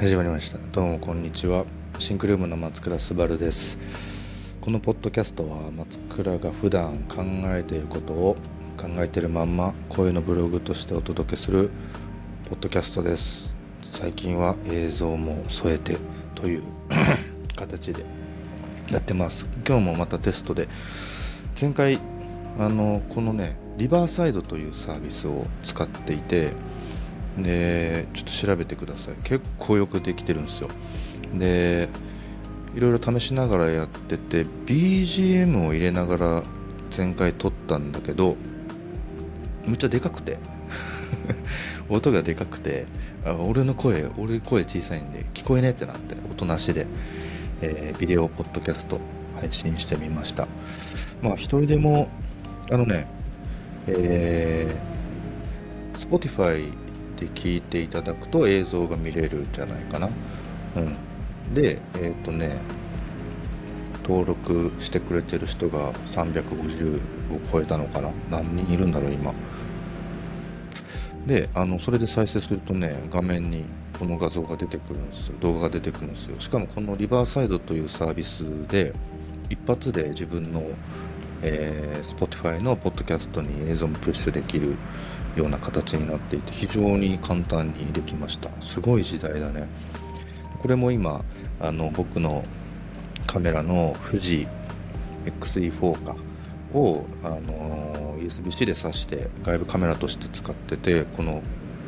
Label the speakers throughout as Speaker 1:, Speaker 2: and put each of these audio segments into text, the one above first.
Speaker 1: 始まりました。どうもこんにちは。シンクルームの松倉すばるです。このポッドキャストは松倉が普段考えていることを考えているまんま声のブログとしてお届けするポッドキャストです。最近は映像も添えてという形でやってます。今日もまたテストで、前回このねリバーサイドというサービスを使っていて、でちょっと調べてください。結構よくできてるんですよ。でいろいろ試しながらやってて BGM を入れながら前回撮ったんだけど、むっちゃでかくて音がでかくて、俺声小さいんで聞こえねえってなって、音なしで、ビデオポッドキャスト配信してみました。一人でもSpotify で聞いていただくと映像が見れるんじゃないかな。で登録してくれてる人が350を超えたのかな。何人いるんだろう今で。それで再生するとね、画面にこの画像が出てくるんですよ。動画が出てくるんですよ。しかもこのリバーサイドというサービスで一発で自分の、Spotify のポッドキャストに映像もプッシュできるような形になっていて、非常に簡単にできました。すごい時代だね。これも今僕のカメラの富士 XE4 かを、USB-C で挿して外部カメラとして使ってて、この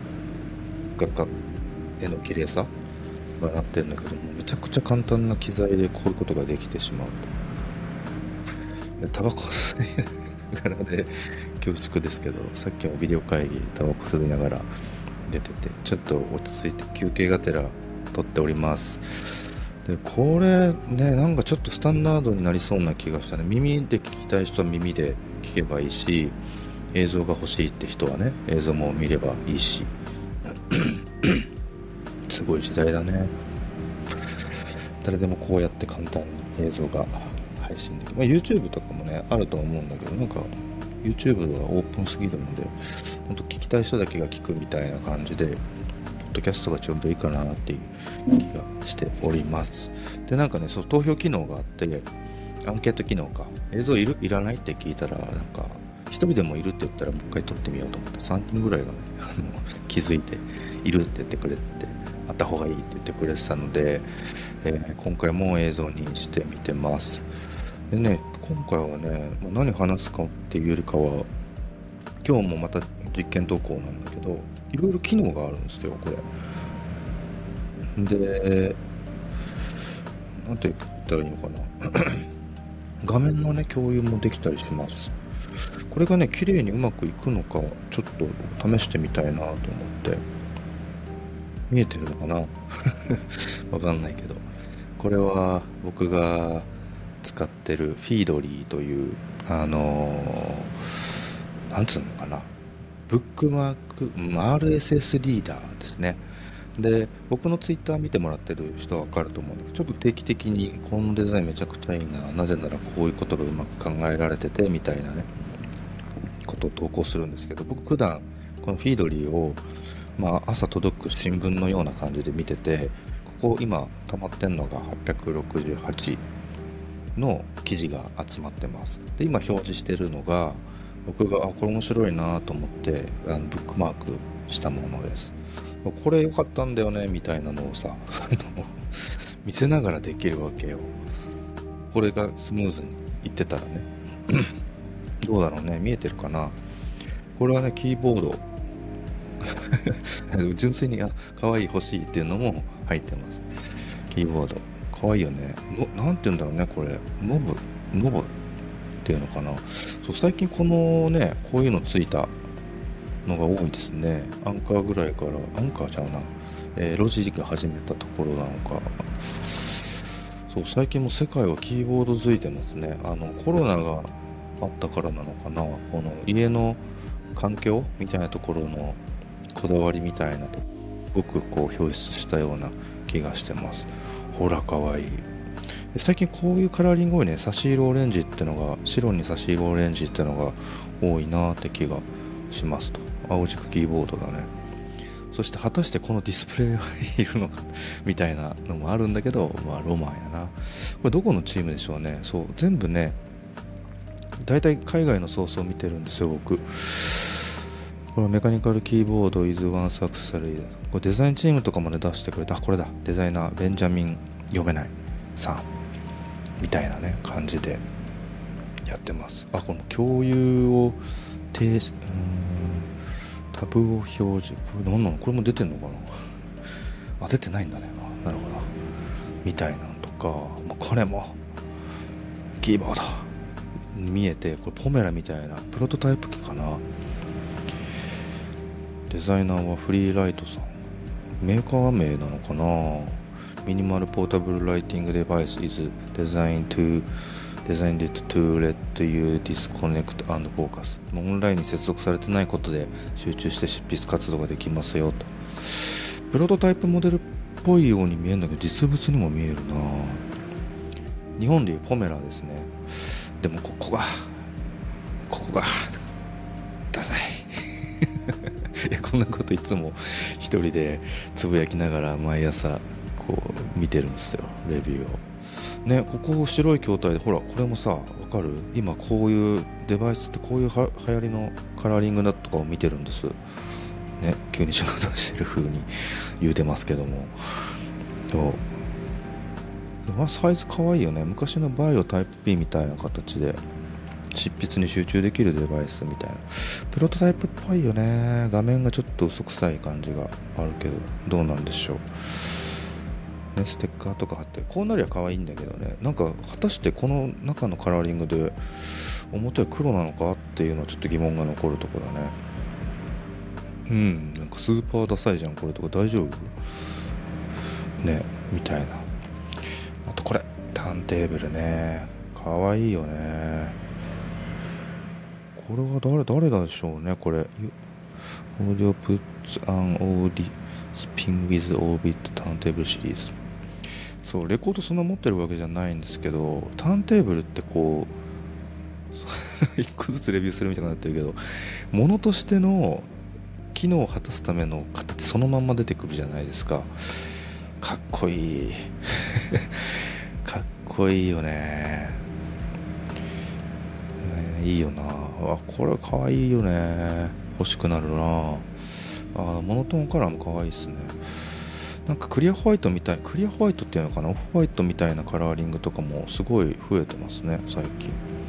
Speaker 1: 絵の綺麗さがなってるんだけども、めちゃくちゃ簡単な機材でこういうことができてしまうと。タバコ吸いながらで恐縮ですけど、さっきもビデオ会議タバコ吸いながら出てて、ちょっと落ち着いて休憩がてら撮っております。でこれね、なんかちょっとスタンダードになりそうな気がしたね。耳で聞きたい人は耳で聞けばいいし、映像が欲しいって人はね、映像も見ればいいしすごい時代だね。誰でもこうやって簡単に映像が配信できる。YouTube とかもねあると思うんだけど、なんか YouTube はオープンすぎるので、本当聞きたい人だけが聞くみたいな感じで、ポッドキャストがちょうどいいかなっていう気がしております。でなんかね、そう投票機能があって、アンケート機能か、映像いらないって聞いたら、なんか一人でもいるって言ったらもう一回撮ってみようと思って、3人ぐらいがね気づいているって言ってくれてて、あった方がいいって言ってくれてたので、今回も映像にしてみてます。でね、今回はね、何話すかっていうよりかは、今日もまた実験投稿なんだけど、いろいろ機能があるんですよこれで。なんて言ったらいいのかな画面のね共有もできたりします。これがね綺麗にうまくいくのか、ちょっと試してみたいなと思って。見えてるのかなわかんないけど、これは僕が使ってるフィードリーというなんつうのかな、ブックマーク、RSS リーダーですね。で僕のツイッター見てもらってる人は分かると思うんだけど、ちょっと定期的にこのデザインめちゃくちゃいいな、なぜならこういうことがうまく考えられててみたいなねことを投稿するんですけど、僕普段このフィードリーを、朝届く新聞のような感じで見てて、ここ今溜まってんのが868の記事が集まってます。で今表示してるのが、僕がこれ面白いなと思ってブックマークしたものです。これ良かったんだよねみたいなのをさ見せながらできるわけよ。これがスムーズにいってたらねどうだろうね、見えてるかな。これはねキーボード純粋に可愛い欲しいっていうのも入ってます。キーボード可愛いよね。なんて言うんだろうね、これノブっていうのかな。そう、最近このねこういうのついたのが多いですね。アンカーぐらいから、アンカーちゃうな、ロジが始めたところなのか。そう最近も世界はキーボード付いてますね。コロナがあったからなのかな、この家の環境みたいなところのこだわりみたいなとすごくこう表出したような気がしてます。ほらかわいい。最近こういうカラーリング多いね。差し色オレンジってのが、白に差し色オレンジってのが多いなって気がしますと。青軸キーボードだね。 そして果たしてこのディスプレイはいるのかみたいなのもあるんだけど、まあロマンやな。これどこのチームでしょうね。そう全部ね、大体海外のソースを見てるんですよ僕。これメカニカルキーボード is one successful。 これデザインチームとかまで出してくれた。これだ、デザイナーベンジャミン読めないさんみたいなね感じでやってます。この共有をタブを表示、これ何なの、これも出てんのかな。出てないんだね。なるほどみたいなのとか、これもキーボード見えて、これポメラみたいなプロトタイプ機かな。デザイナーはフリーライトさん、メーカー名なのかな。ミニマルポータブルライティングデバイス is designed to let you disconnect and focus。 オンラインに接続されてないことで集中して執筆活動ができますよと。プロトタイプモデルっぽいように見えるんだけど実物にも見えるな。日本でいうポメラですね。でもここがダサいいや、こんなこといつも一人でつぶやきながら毎朝こう見てるんですよ、レビューをね。ここ白い筐体で、ほらこれもさ、わかる？今こういうデバイスってこういう流行りのカラーリングだとかを見てるんですね。急に仕事してる風に言うてますけども、サイズ可愛いよね。昔のバイオタイプ B みたいな形で執筆に集中できるデバイスみたいな。プロトタイプっぽいよね。画面がちょっと嘘くさい感じがあるけどどうなんでしょうね。ステッカーとか貼って、こうなりゃ可愛いんだけどね。なんか果たしてこの中のカラーリングで表は黒なのかっていうのはちょっと疑問が残るところだね。なんかスーパーダサいじゃんこれとか、大丈夫ねみたいな。あとこれターンテーブルね、可愛いよね。これは誰でしょうね。これ Audio puts an Audi Spin with Orbit Turntable シリーズ。そう、レコードそんな持ってるわけじゃないんですけど、ターンテーブルってこう一個ずつレビューするみたいになってるけど、物としての機能を果たすための形そのまんま出てくるじゃないですか。かっこいいかっこいいよね。いいよな。これかわいいよね。欲しくなるな。モノトーンカラーもかわいいですね。なんかクリアホワイトみたい、クリアホワイトっていうのかな、オフホワイトみたいなカラーリングとかもすごい増えてますね最近。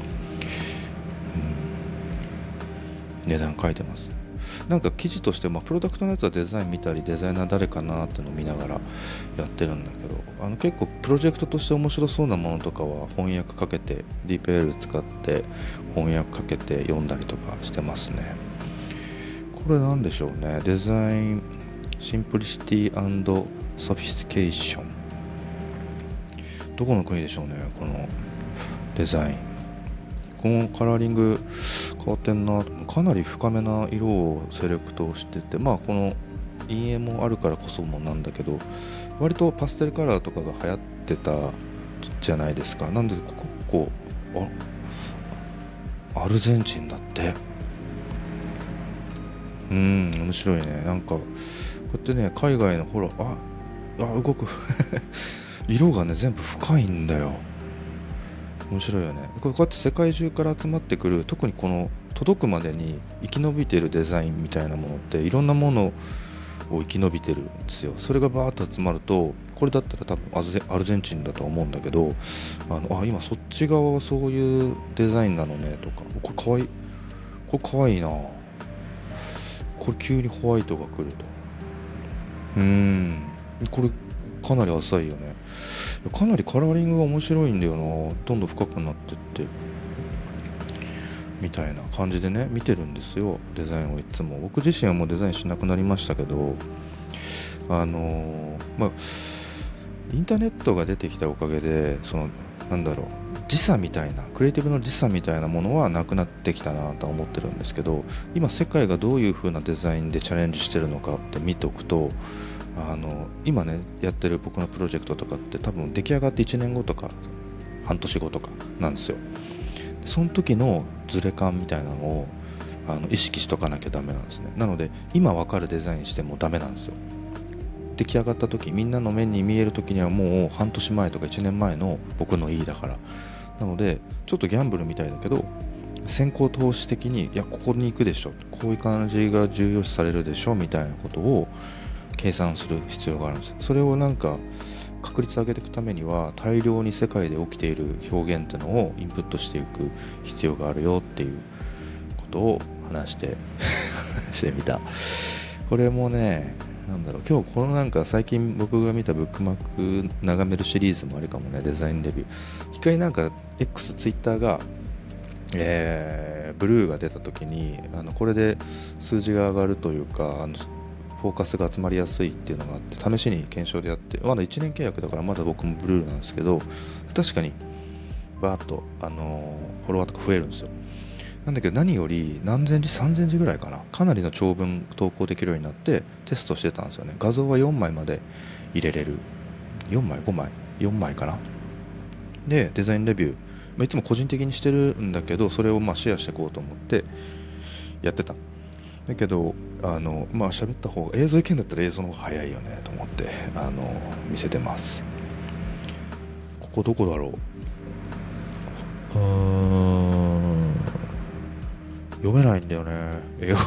Speaker 1: 値段書いてます。なんか記事として、プロダクトのやつはデザイン見たりデザイナー誰かなってのを見ながらやってるんだけど、結構プロジェクトとして面白そうなものとかは翻訳かけて DeepL 使って翻訳かけて読んだりとかしてますね。これなんでしょうね。デザインシンプリシティ&ソフィスティケーション。どこの国でしょうねこのデザイン。このカラーリング変わってんな。かなり深めな色をセレクトしてて、この陰影もあるからこそもなんだけど、割とパステルカラーとかが流行ってたじゃないですか。なんでこアルゼンチンだって。面白いね。なんかこうやってね、海外のほら動く色がね全部深いんだよ。面白いよね。こうやって世界中から集まってくる、特にこの届くまでに生き延びているデザインみたいなものっていろんなものを生き延びてるんですよ。それがバーッと集まると、これだったら多分アルゼンチンだと思うんだけど、今そっち側はそういうデザインなのねとか、これかわいい、これかわいいな、これ急にホワイトが来ると、これかなり浅いよね。かなりカラーリングが面白いんだよな。どんどん深くなってってみたいな感じでね見てるんですよ、デザインをいつも。僕自身はもうデザインしなくなりましたけど、インターネットが出てきたおかげで、時差みたいな、クリエイティブの時差みたいなものはなくなってきたなと思ってるんですけど、今世界がどういう風なデザインでチャレンジしてるのかって見ておくと、今ねやってる僕のプロジェクトとかって多分出来上がって1年後とか半年後とかなんですよ。その時のズレ感みたいなのを意識しとかなきゃダメなんですね。なので今分かるデザインしてもダメなんですよ。出来上がった時、みんなの目に見える時にはもう半年前とか1年前の僕のいいだから。なのでちょっとギャンブルみたいだけど、先行投資的に、いやここに行くでしょ、こういう感じが重要視されるでしょみたいなことを計算する必要があるんです。それをなんか確率上げていくためには、大量に世界で起きている表現っていうのをインプットしていく必要があるよっていうことを話してしてみた。これもね、なんだろう、今日このなんか最近僕が見たブックマーク眺めるシリーズもあるかもね。デザインレビュー一回なんか X、ツイッターがブルーが出た時にこれで数字が上がるというか、フォーカスが集まりやすいっていうのがあって、試しに検証でやって、まだ1年契約だからまだ僕もブルーなんですけど、確かにバーッと、フォロワーとか増えるんですよ。なんだけど何より何千字3000字ぐらいかな、かなりの長文投稿できるようになってテストしてたんですよね。画像は4枚まで入れれる、4枚5枚4枚かな。でデザインレビュー、いつも個人的にしてるんだけど、それをシェアしていこうと思ってやってた。だけど喋った方が、映像いけんだったら映像の方が早いよねと思って見せてます。ここどこだろう。読めないんだよね、英語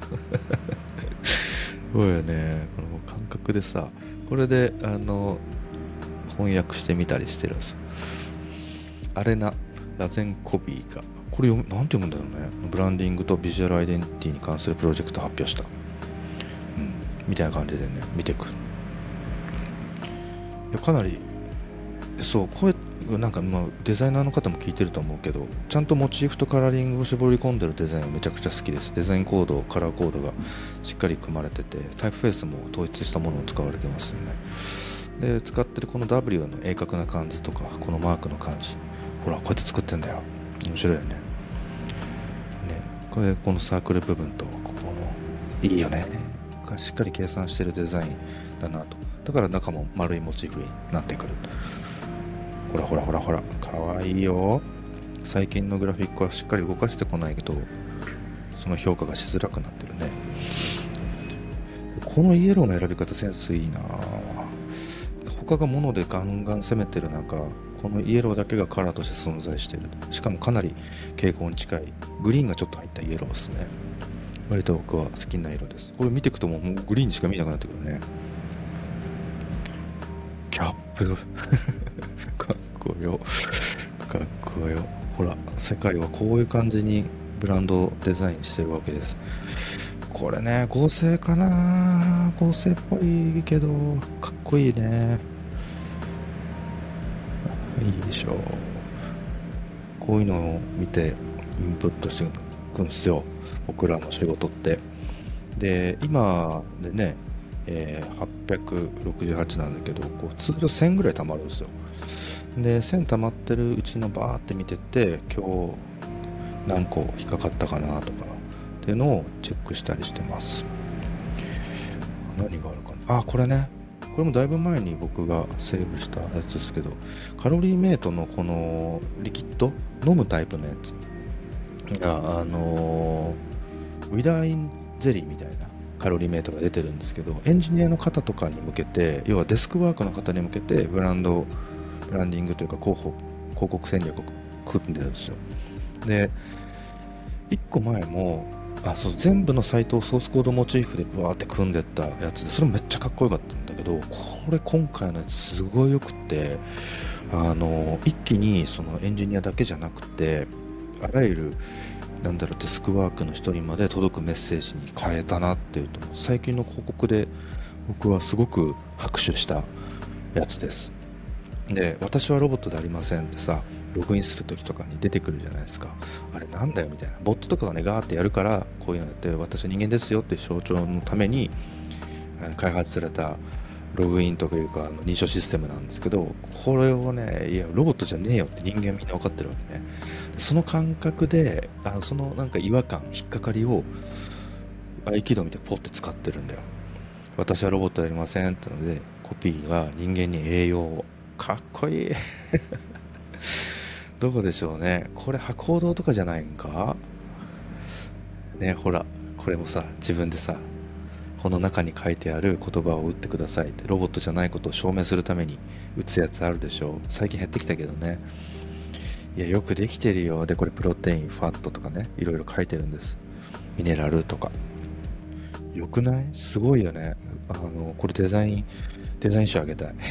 Speaker 1: そうよね、この感覚でさ、これで翻訳してみたりしてるんですよ。アレナ・ラゼンコビーが、これなんて読むんだろうね。ブランディングとビジュアルアイデンティティに関するプロジェクトを発表した、みたいな感じでね見ていく。いやかなりそう、これなんかデザイナーの方も聞いてると思うけど、ちゃんとモチーフとカラーリングを絞り込んでるデザインはめちゃくちゃ好きです。デザインコード、カラーコードがしっかり組まれてて、タイプフェイスも統一したものを使われてますよね。で使ってるこの W の鋭角な感じとか、このマークの感じ、ほらこうやって作ってんだよ。面白いよね。これこのサークル部分とここのいいよね、しっかり計算してるデザインだなと。だから中も丸いモチーフになってくる。ほらほらほらほら、かわいいよ。最近のグラフィックはしっかり動かしてこないとその評価がしづらくなってるね。このイエローの選び方センスいいな。他がモノでガンガン攻めてる中、このイエローだけがカラーとして存在している。しかもかなり傾向に近いグリーンがちょっと入ったイエローですね。割と僕は好きな色です。これ見ていくともうグリーンしか見えなくなってくるね。キャップかっこよかっこよ。ほら世界はこういう感じにブランドデザインしてるわけです。これね、合成かな、合成っぽいけどかっこいいね。いいでしょう。こういうのを見てインプットしていくんですよ、僕らの仕事って。で今でね、868なんだけど、こう通常1000ぐらい溜まるんですよ。で1000溜まってるうちのバーって見てって、今日何個引っかかったかなとかっていうのをチェックしたりしてます。何があるかな。これね、これもだいぶ前に僕がセーブしたやつですけど、カロリーメイトのこのリキッド飲むタイプのやつがウィダインゼリーみたいなカロリーメイトが出てるんですけど、エンジニアの方とかに向けて、要はデスクワークの方に向けてブランディングというか広告戦略を組んでるんですよ。で1個前もそう全部のサイトをソースコードモチーフでバーって組んでったやつで、それめっちゃかっこよかったんだけど、これ今回のやつすごいよくって、一気にそのエンジニアだけじゃなくて、あらゆるデスクワークの人にまで届くメッセージに変えたなっていうと、最近の広告で僕はすごく拍手したやつです。で、私はロボットでありませんってさ、ログインするときとかに出てくるじゃないですか。あれなんだよみたいな。ボットとかがねガーってやるから、こういうのやって私は人間ですよっていう象徴のために開発されたログインというか認証システムなんですけど、これをね、いやロボットじゃねえよって人間みんな分かってるわけね。その感覚でそのなんか違和感、引っかかりを合気道みたいにポッて使ってるんだよ。私はロボットでありませんってので、コピーが人間に栄養を。かっこいいどこでしょうね、これ博報堂とかじゃないんか。 ね、ほら、これもさ、自分でさ、この中に書いてある言葉を打ってくださいって、ロボットじゃないことを証明するために打つやつあるでしょ。最近減ってきたけどね。いや、よくできてるよ。で、これプロテイン、ファットとかね、いろいろ書いてるんです。ミネラルとか。よくない？すごいよね。これデザイン誌あげたい。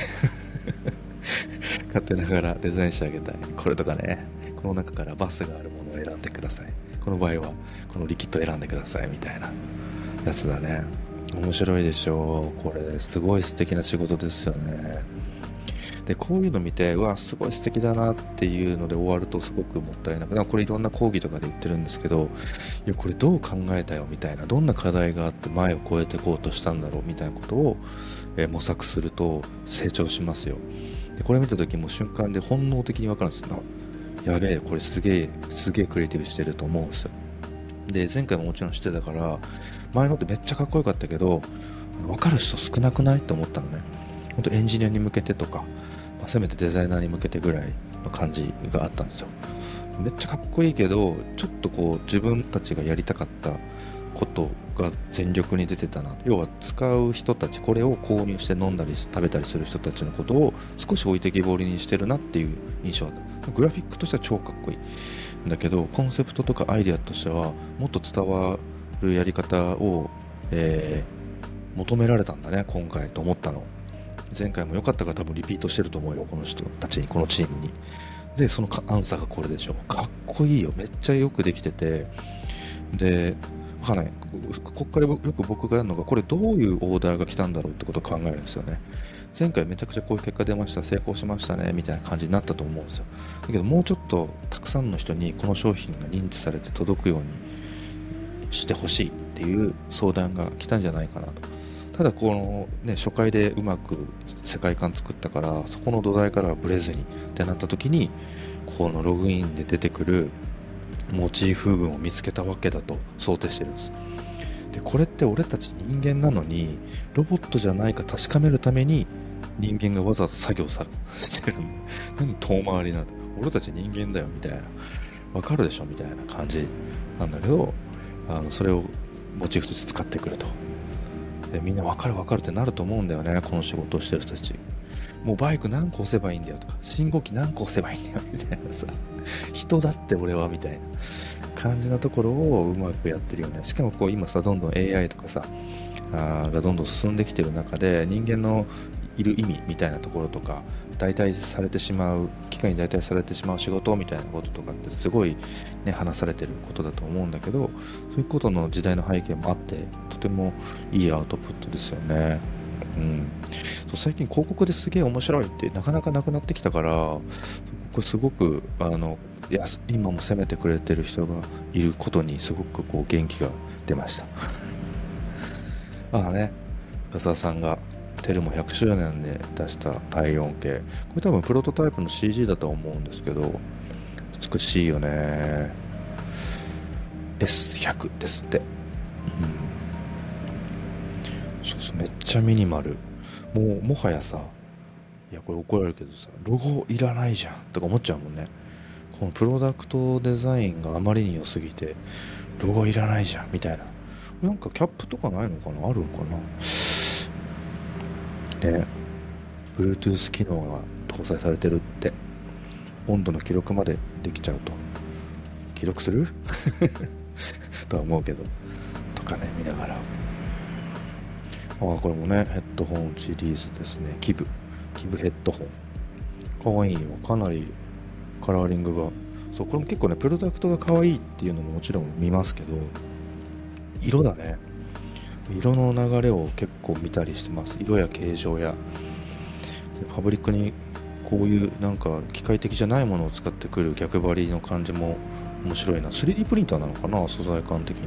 Speaker 1: 勝手ながらデザインしてあげたい。これとかね、この中からバスがあるものを選んでください。この場合は、このリキッド選んでくださいみたいなやつだね。面白いでしょう。これ、すごい素敵な仕事ですよね。で、こういうの見て、うわ、すごい素敵だなっていうので終わるとすごくもったいなく、これいろんな講義とかで言ってるんですけど、いや、これどう考えたよみたいな、どんな課題があって前を越えていこうとしたんだろうみたいなことを、模索すると成長しますよ。で、これ見た時も瞬間で本能的に分かるんですよ。やべえ、これすげえクリエイティブしてると思うんですよ。で、前回ももちろんしてたから、前のってめっちゃかっこよかったけど、分かる人少なくないと思ったのね。本当エンジニアに向けてとか、せめてデザイナーに向けてぐらいの感じがあったんですよ。めっちゃかっこいいけど、ちょっとこう自分たちがやりたかったことが全力に出てたな。要は使う人たち、これを購入して飲んだり食べたりする人たちのことを少し置いてきぼりにしてるなっていう印象だった。グラフィックとしては超かっこいいんだけど、コンセプトとかアイデアとしてはもっと伝わるやり方を、求められたんだね今回と思ったの。前回も良かったから多分リピートしてると思うよ、この人たちに、このチームに。で、そのアンサーがこれでしょ。かっこいいよ。めっちゃよくできてて。で、わかんない。こっからよく僕がやるのが、これどういうオーダーが来たんだろうってことを考えるんですよね。前回めちゃくちゃこういう結果出ました、成功しましたね、みたいな感じになったと思うんですよ。だけどもうちょっとたくさんの人にこの商品が認知されて届くようにしてほしいっていう相談が来たんじゃないかなと。ただこのね、初回でうまく世界観作ったから、そこの土台からはブレずにってなった時に、このログインで出てくるモチーフ群を見つけたわけだと想定してるんです。で、これって俺たち人間なのに、ロボットじゃないか確かめるために人間がわざわざ作業してるの。何遠回りなんだ。俺たち人間だよみたいな。わかるでしょみたいな感じなんだけど、それをモチーフとして使ってくると。で、みんな分かる分かるってなると思うんだよね、この仕事をしてる人たち。もうバイク何個押せばいいんだよとか、信号機何個押せばいいんだよみたいなさ、人だって俺はみたいな感じなところをうまくやってるよね。しかもこう今さ、どんどん AI とかさがどんどん進んできてる中で、人間のいる意味みたいなところとか、代替されてしまう、機械に代替されてしまう仕事みたいなこととかってすごいね、話されてることだと思うんだけど、そういうことの時代の背景もあって、とてもいいアウトプットですよね。うん、そう、最近広告ですげえ面白いってなかなかなくなってきたから、これすごくいや今も攻めてくれてる人がいることにすごくこう元気が出ました。まあね、深澤さんがテルモ100周年で出した体温計、これ多分プロトタイプの CG だと思うんですけど、美しいよね。 S100 ですって。そうそう、めっちゃミニマル。もはやさ、いやこれ怒られるけどさ、ロゴいらないじゃんとか思っちゃうもんね。このプロダクトデザインがあまりに良すぎて、ロゴいらないじゃんみたいな。なんかキャップとかないのかな、あるのかなね。 Bluetooth 機能が搭載されてるって。温度の記録までできちゃうと。記録するとは思うけど、とかね、見ながら。これもね、ヘッドホンシリーズですね。キブヘッドホン。かわいいよ。かなりカラーリングが。そう、これも結構ね、プロダクトが可愛いっていうのももちろん見ますけど、色だね。色の流れを結構見たりしてます。色や形状や。ファブリックにこういうなんか機械的じゃないものを使ってくる逆張りの感じも面白いな。 3D プリンターなのかな、素材感的に。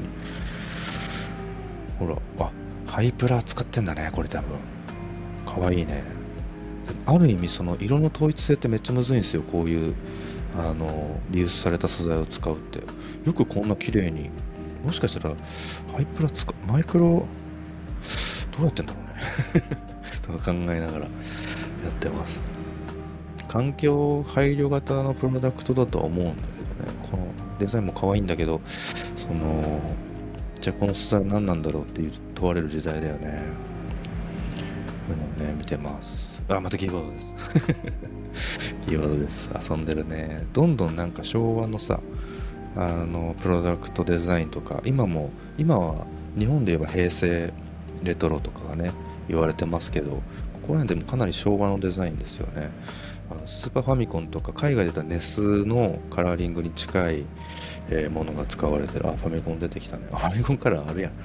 Speaker 1: ほら、ハイプラ使ってんだね、これ多分。かわいいね。ある意味その色の統一性ってめっちゃむずいんですよ、こういうリユースされた素材を使うって。よくこんな綺麗に。もしかしたらハイプラマイクロどうやってんだろうねとか考えながらやってます。環境配慮型のプロダクトだとは思うんだけどね。このデザインも可愛いんだけど、そのちゃこの素材何なんだろうっていう問われる時代だよね。見てます。またキーボードですキーボードです。遊んでるね。どんどんなんか昭和のさ、プロダクトデザインとか、今は日本で言えば平成レトロとかがね言われてますけど、ここら辺でもかなり昭和のデザインですよね。スーパーファミコンとか海外で言ったらネスのカラーリングに近い、ものが使われてる。ファミコン出てきたね。ファミコンカラーあるやんも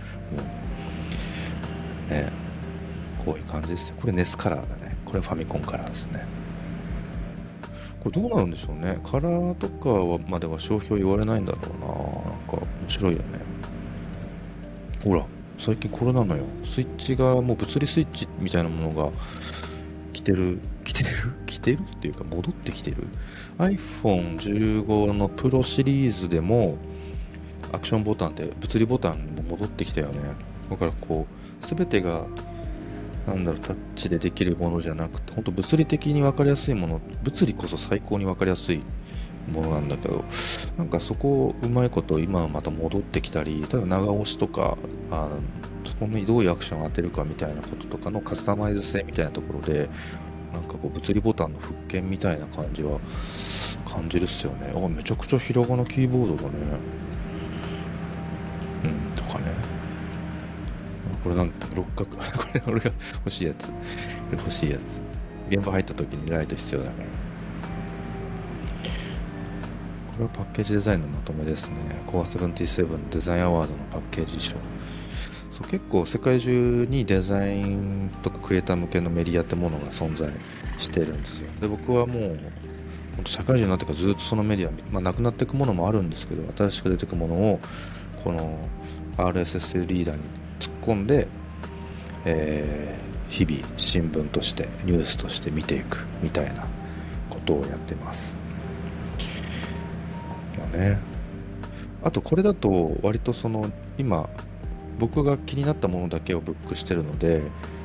Speaker 1: うね。こういう感じですよ。これネスカラーだね。これファミコンカラーですね。これどうなるんでしょうね。カラーとかまでは商標言われないんだろうな。なんか面白いよね。ほら最近これなのよ。スイッチがもう物理スイッチみたいなものが来てるっていうか戻ってきてる。 iPhone15 のプロシリーズでもアクションボタンって物理ボタンにも戻ってきたよね。だからこう全てがタッチでできるものじゃなくて、本当物理的に分かりやすいもの、物理こそ最高に分かりやすいものなんだけど、なんかそこをうまいこと今はまた戻ってきたり、ただ長押しとかそこにどういうアクションを当てるかみたいなこととかのカスタマイズ性みたいなところで、なんかこう物理ボタンの復権みたいな感じは感じるっすよね。めちゃくちゃひらがなキーボードだね。とかね。これなんて六角これ俺が欲しいやつ。現場入った時にライト必要だから。これはパッケージデザインのまとめですね。コア77デザインアワードのパッケージ賞。そう、結構世界中にデザインとかクリエイター向けのメディアってものが存在してるんですよ。で、僕はもう本当社会人になってからずっとそのメディア、なくなっていくものもあるんですけど、新しく出てくものをこの RSS リーダーに突っ込んで、日々新聞としてニュースとして見ていくみたいなことをやってます。あとこれだと割と今僕が気になったものだけをブックしてるので、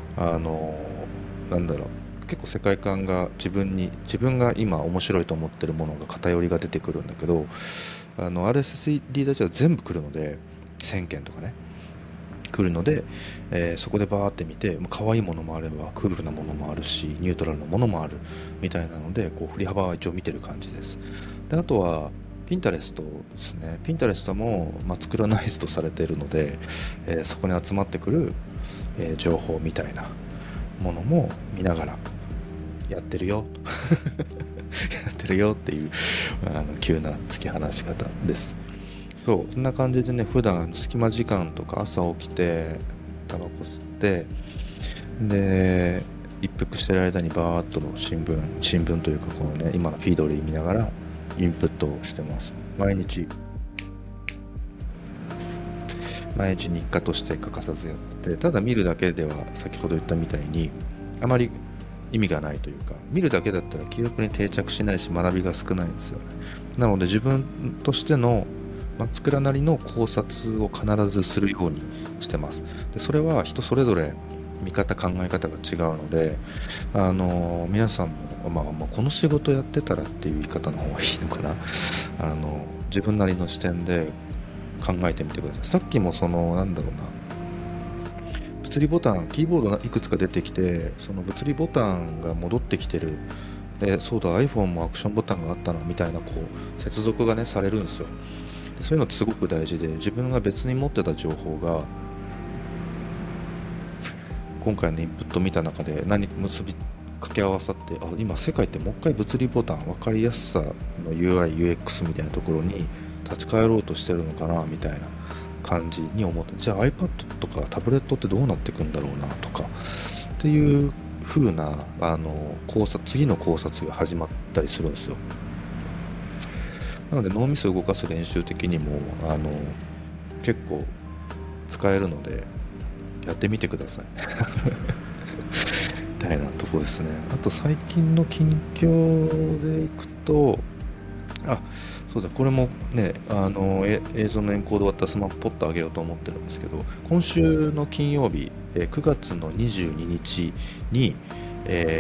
Speaker 1: 結構世界観が自分が今面白いと思ってるものが偏りが出てくるんだけど、RSS リーダーじゃ全部来るので、1000件とかね来るので、そこでバーって見て、可愛いものもあればクールなものもあるしニュートラルなものもあるみたいなので、こう振り幅は一応見てる感じです。で、あとはピンタレストですね。ピンタレストも、スクラナイズとされているので、そこに集まってくる、情報みたいなものも見ながらやってるよやってるよっていう急な突き放し方です。そんな感じでね、普段隙間時間とか朝起きてタバコ吸って、で一服してる間にバーッと新聞というかこのね、今のフィードリー見ながらインプットをしてます。毎日日課として欠かさずやってて、ただ見るだけでは先ほど言ったみたいにあまり意味がないというか、見るだけだったら記憶に定着しないし学びが少ないんですよね。なので自分としての松倉なりの考察を必ずするようにしてます。で、それは人それぞれ見方考え方が違うので、皆さんも、この仕事やってたらっていう言い方の方がいいのかな自分なりの視点で考えてみてください。さっきも物理ボタン、キーボードがいくつか出てきて、その物理ボタンが戻ってきてる。で、そうだ iPhone もアクションボタンがあったなみたいなこう接続がねされるんですよ。で、そういうのってすごく大事で、自分が別に持ってた情報が今回のインプット見た中で結び掛け合わさって、今世界ってもう一回物理ボタン、分かりやすさの UI、UX みたいなところに立ち返ろうとしてるのかなみたいな感じに思って、じゃあ iPad とかタブレットってどうなっていくんだろうなとかっていう風な次の考察が始まったりするんですよ。なので脳みそを動かす練習的にも結構使えるのでやってみてくださいみたいなとこですね。あと最近の近況でいくと、そうだ、これもね、映像のエンコード終わったらスマホポッと上げようと思ってるんですけど、今週の金曜日、9月の22日に、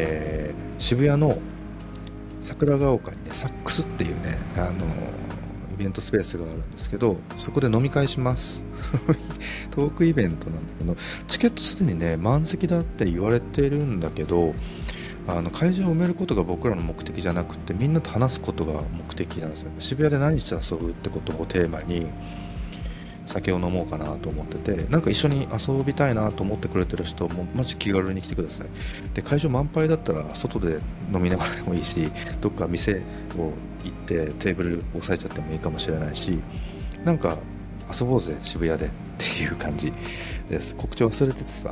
Speaker 1: 渋谷の桜ヶ丘にね、サックスっていうね、 イベントスペースがあるんですけど、そこで飲み会しますトークイベントなんだけど、チケットすでにね満席だって言われてるんだけど、会場を埋めることが僕らの目的じゃなくて、みんなと話すことが目的なんですよ。渋谷で何して遊ぶってことをテーマに酒を飲もうかなと思ってて、なんか一緒に遊びたいなと思ってくれてる人もマジ気軽に来てください。で、会場満杯だったら外で飲みながらでもいいし、どっか店を行ってテーブル押さえちゃってもいいかもしれないし、なんか遊ぼうぜ渋谷でっていう感じです。告知忘れててさ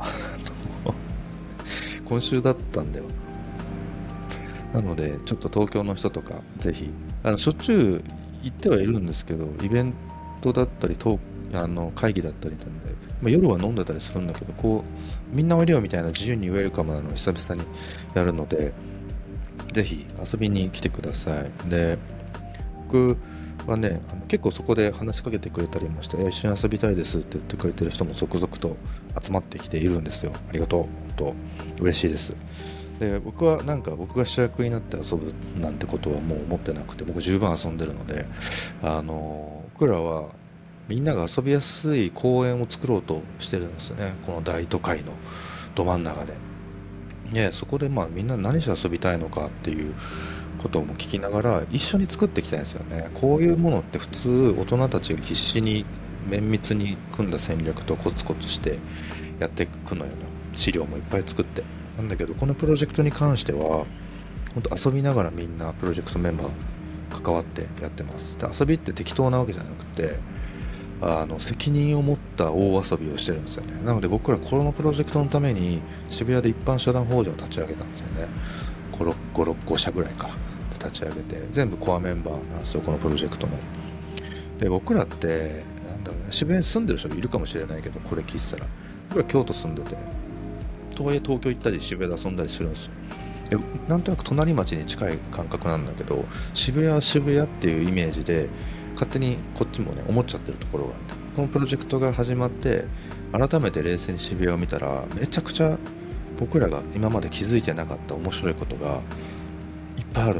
Speaker 1: 今週だったんだよ。なのでちょっと東京の人とかぜひ、しょっちゅう行ってはいるんですけど、イベントだったり会議だったりなんで、夜は飲んでたりするんだけど、こうみんなおいでよみたいな自由にウェルカムなのを久々にやるので、ぜひ遊びに来てください。で、僕はね、結構そこで話しかけてくれたりもして、一緒に遊びたいですって言ってくれてる人も続々と集まってきているんですよ。ありがとう。本当嬉しいです。で、僕はなんか僕が主役になって遊ぶなんてことはもう思ってなくて、僕十分遊んでるので、僕らはみんなが遊びやすい公園を作ろうとしてるんですよね、この大都会のど真ん中で。そこでみんな何して遊びたいのかっていうことも聞きながら一緒に作っていきたいんですよね。こういうものって普通大人たちが必死に綿密に組んだ戦略とコツコツしてやっていくのよね。資料もいっぱい作ってなんだけど、このプロジェクトに関しては本当遊びながらみんなプロジェクトメンバー関わってやってます。で、遊びって適当なわけじゃなくて、責任を持った大遊びをしてるんですよね。なので僕らこのプロジェクトのために渋谷で一般社団法人を立ち上げたんですよね。5社ぐらいかで立ち上げて、全部コアメンバーなんですよ、このプロジェクトの。で、僕らってなんだろうね、渋谷に住んでる人もいるかもしれないけど、これ聞いてたら僕ら京都住んでて、とはいえ東京行ったり渋谷で遊んだりするんですよ。で、なんとなく隣町に近い感覚なんだけど、渋谷は渋谷っていうイメージで勝手にこっちもね思っちゃってるところがあって、このプロジェクトが始まって改めて冷静に渋谷を見たら、めちゃくちゃ僕らが今まで気づいてなかった面白いことがいっぱいあるの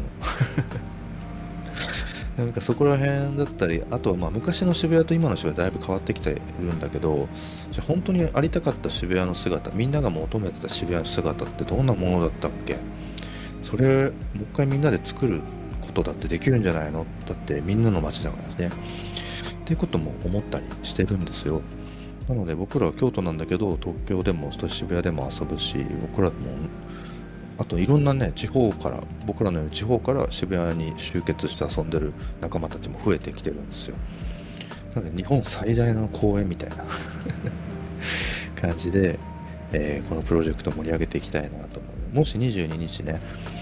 Speaker 1: なんかそこら辺だったり、あとは昔の渋谷と今の渋谷だいぶ変わってきているんだけど、じゃあ本当にありたかった渋谷の姿、みんなが求めてた渋谷の姿ってどんなものだったっけ。それもう一回みんなで作ることだってできるんじゃないの。だってみんなの街だからねっていうことも思ったりしてるんですよ。なので僕らは京都なんだけど、東京でも渋谷でも遊ぶし、僕らもあといろんなね地方から、僕らのように地方から渋谷に集結して遊んでる仲間たちも増えてきてるんですよ。なので日本最大の公園みたいな感じで、このプロジェクト盛り上げていきたいなと思う。もし22日ね、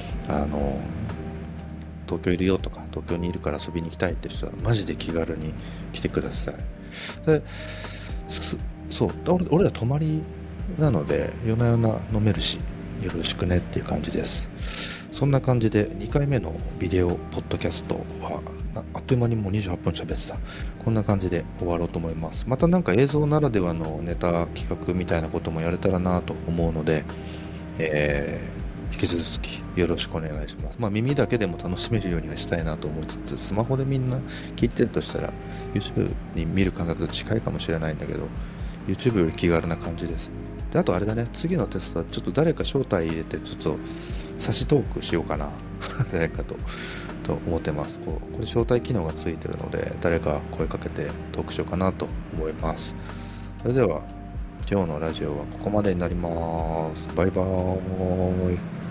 Speaker 1: 東京いるよとか東京にいるから遊びに行きたいって人はマジで気軽に来てください。で、そう俺ら泊まりなので夜な夜な飲めるし、よろしくねっていう感じです。そんな感じで2回目のビデオポッドキャストはあっという間にもう28分喋ってた。こんな感じで終わろうと思います。またなんか映像ならではのネタ企画みたいなこともやれたらなと思うので、引き続きよろしくお願いします。耳だけでも楽しめるようにはしたいなと思いつつ、スマホでみんな聞いてるとしたら YouTube に見る感覚と近いかもしれないんだけど、 YouTube より気軽な感じです。で、あとあれだね、次のテストはちょっと誰か招待入れてちょっと差しトークしようかな誰かと思ってます。これ招待機能がついてるので、誰か声かけてトークしようかなと思います。それでは今日のラジオはここまでになります。バイバーイ。